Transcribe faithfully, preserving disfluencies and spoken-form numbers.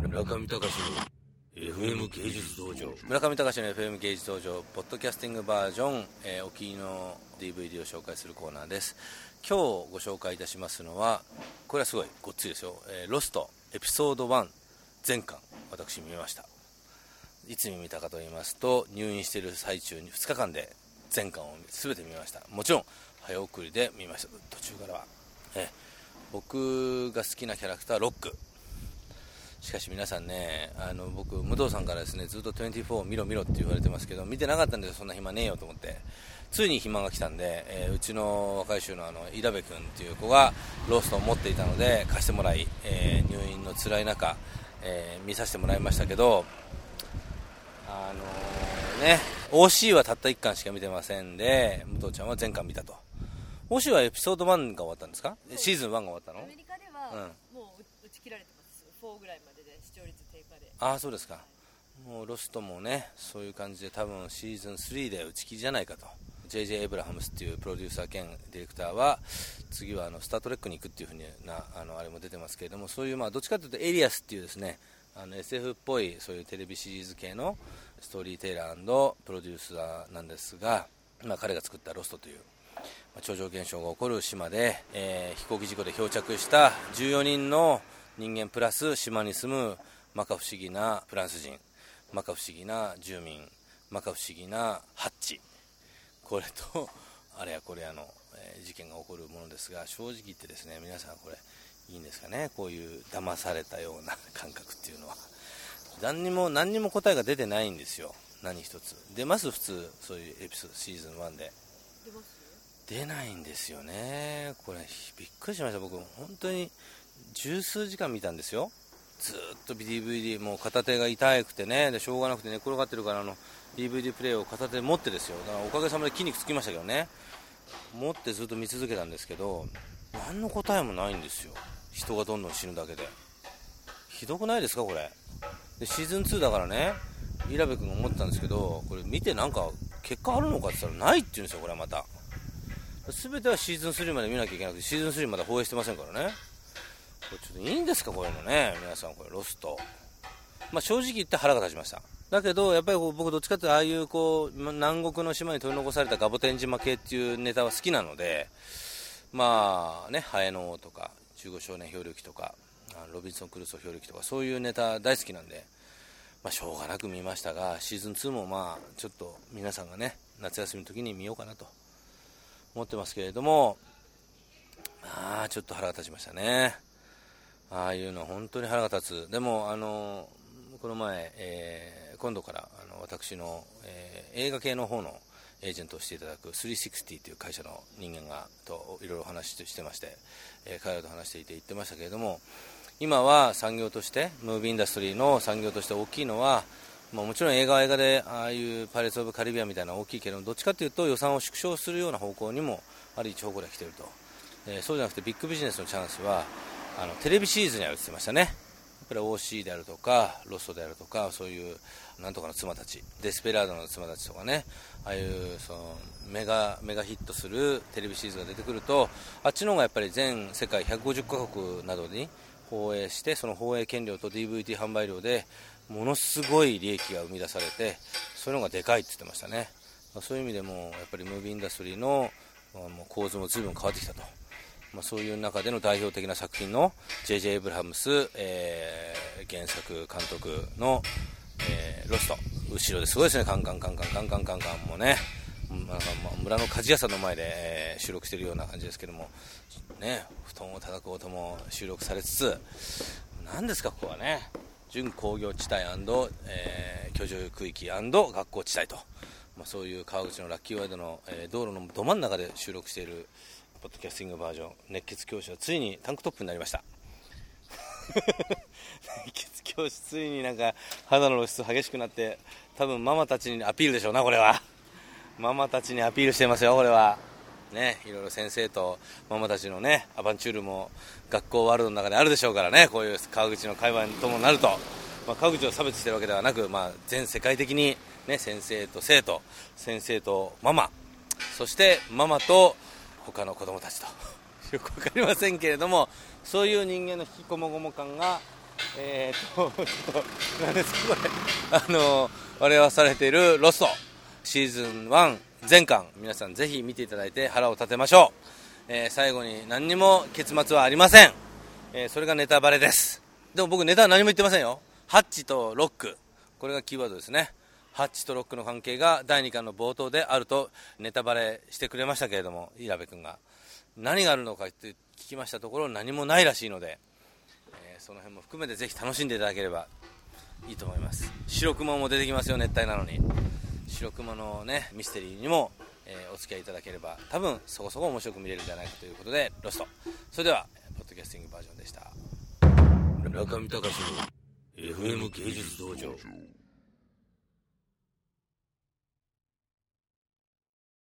村上隆の エフエム 芸術道場。村上隆の エフエム 芸術道場ポッドキャスティングバージョン、えー、お気に入りの ディーブイディー を紹介するコーナーです。今日ご紹介いたしますのは、これはすごいごっついですよ、えー、ロストエピソードワン全巻、私見ました。いつ見たかと言いますと、入院している最中にふつかかんで全巻を全て見ました。もちろん早送りで見ました。途中からは、えー、僕が好きなキャラクターロック。しかし皆さんね、あの僕武藤さんからですね、ずっとにじゅうよん見ろ見ろって言われてますけど、見てなかったんで、そんな暇ねえよと思って、ついに暇が来たんで、えー、うちの若い衆のあの伊良部君っていう子がローストを持っていたので貸してもらい、えー、入院の辛い中、えー、見させてもらいましたけど、あのー、ね オーシー はたったいっかんしか見てませんで、武藤ちゃんは全巻見たと。 オーシー はエピソードワンが終わったんですか？シーズンワンが終わったの？ アメリカでは、うん、もう打ち切られてます。フォーぐらいまでで視聴率低下で。 ああ、そうですか。もうロストもね、そういう感じで多分シーズンスリーで打ち切りじゃないかと。 ジェイジェイ エイブラハムスっていうプロデューサー兼ディレクターは、次はあのスタートレックに行くっていう風なあのあれも出てますけれども、そういうまあどっちかというとエリアスっていうですね、あの エスエフ っぽいそういうテレビシリーズ系のストーリーテイラー&プロデューサーなんですが、まあ、彼が作ったロストという、まあ、超常現象が起こる島で、えー、飛行機事故で漂着したじゅうよにんの人間プラス島に住む摩訶不思議なフランス人、摩訶不思議な住民、摩訶不思議なハッチ、これとあれやこれやの、えー、事件が起こるものですが、正直言ってですね、皆さんこれいいんですかね、こういう騙されたような感覚っていうのは。何にも何にも答えが出てないんですよ。何一つ出ます？普通そういうエピソードシーズンワンで出ます？ 出ないんですよね。これびっくりしました。僕本当に十数時間見たんですよ。ずっと ディーブイディー もう片手が痛くてね、でしょうがなくて寝転がってるから、あの ディーブイディー プレイを片手で持ってですよ。だからおかげさまで筋肉つきましたけどね、持ってずっと見続けたんですけど、何の答えもないんですよ。人がどんどん死ぬだけで。ひどくないですかこれで。シーズンツーだからね、伊良部君が思ってたんですけど、これ見てなんか結果あるのかって言ったらないって言うんですよ。これはまた全てはシーズンスリーまで見なきゃいけなくて、シーズンスリーまだ放映してませんからね。これちょっといいんですかこういうのね、皆さん。これロスト、まあ、正直言って腹が立ちました。だけどやっぱりこう僕どっちかというと、ああいうこう南国の島に取り残されたガボテン島系っていうネタは好きなので、まあね、ハエの王とかじゅうご少年漂流記とかロビンソン・クルーソー漂流記とか、そういうネタ大好きなんで、まあ、しょうがなく見ましたが、シーズンツーもまあちょっと皆さんがね夏休みの時に見ようかなと思ってますけれども、まあちょっと腹が立ちましたね。ああいうの本当に腹が立つ。でもあのこの前、えー、今度からあの私の、えー、映画系の方のエージェントをしていただくスリーシックスティという会社の人間がといろいろ話してまして、えー、彼らと話していて言ってましたけれども、今は産業としてムービーインダストリーの産業として大きいのは、まあ、もちろん映画は映画でああいうパイレーツ・オブ・カリビアンみたいな大きいけど、どっちかというと予算を縮小するような方向にもある一方向で来ていると、えー、そうじゃなくてビッグビジネスのチャンスはあのテレビシリーズにあるって言ってましたね。やっぱり オーシー であるとかロストであるとか、そういうなんとかの妻たち、デスペラードの妻たちとかね、ああいうそのメガメガヒットするテレビシリーズが出てくると、あっちの方がやっぱり全世界ひゃくごじゅっカ国などに放映して、その放映権料と ディーブイディー 販売量でものすごい利益が生み出されて、そういうのがでかいって言ってましたね。そういう意味でもやっぱりムービーインダストリーの構図も随分変わってきたと。まあ、そういう中での代表的な作品の ジェイジェイ エイブラハムス、えー、原作監督の、えー、ロスト、後ろですごいですね、カンカンカンカンカンカンカンカンもね、まあ、村の鍛冶屋さんの前で、えー、収録しているような感じですけどもね、布団を叩く音も収録されつつ、何ですかここはね、準工業地帯&、えー、居住区域&学校地帯と、まあ、そういう川口のラッキーワイドの、えー、道路のど真ん中で収録しているポッドキャスティングバージョン熱血教師はついにタンクトップになりました熱血教師ついになんか肌の露出激しくなって、多分ママたちにアピールでしょうな。これはママたちにアピールしてますよこれはね。いろいろ先生とママたちのねアバンチュールも学校ワールドの中であるでしょうからね。こういう川口の会話ともなると、まあ、川口を差別してるわけではなく、まあ、全世界的に、ね、先生と生徒、先生とママ、そしてママと他の子供たちとよく分かりませんけれども、そういう人間の引きこもごも感がえー、っとちょっと何ですかこれあの我々されているロストシーズンワン全巻皆さんぜひ見ていただいて腹を立てましょう、えー、最後に何にも結末はありません、えー、それがネタバレです。でも僕ネタは何も言ってませんよ。ハッチとロック、これがキーワードですね。ハッチとロックの関係がだいにかんの冒頭であるとネタバレしてくれましたけれども、イラベ君が何があるのかって聞きましたところ何もないらしいので、えー、その辺も含めてぜひ楽しんでいただければいいと思います。白熊も出てきますよ、熱帯なのに。白熊のねミステリーにも、えー、お付き合いいただければ多分そこそこ面白く見れるんじゃないかということでロスト。それではポッドキャスティングバージョンでした。中見隆の エフエム 芸術道場。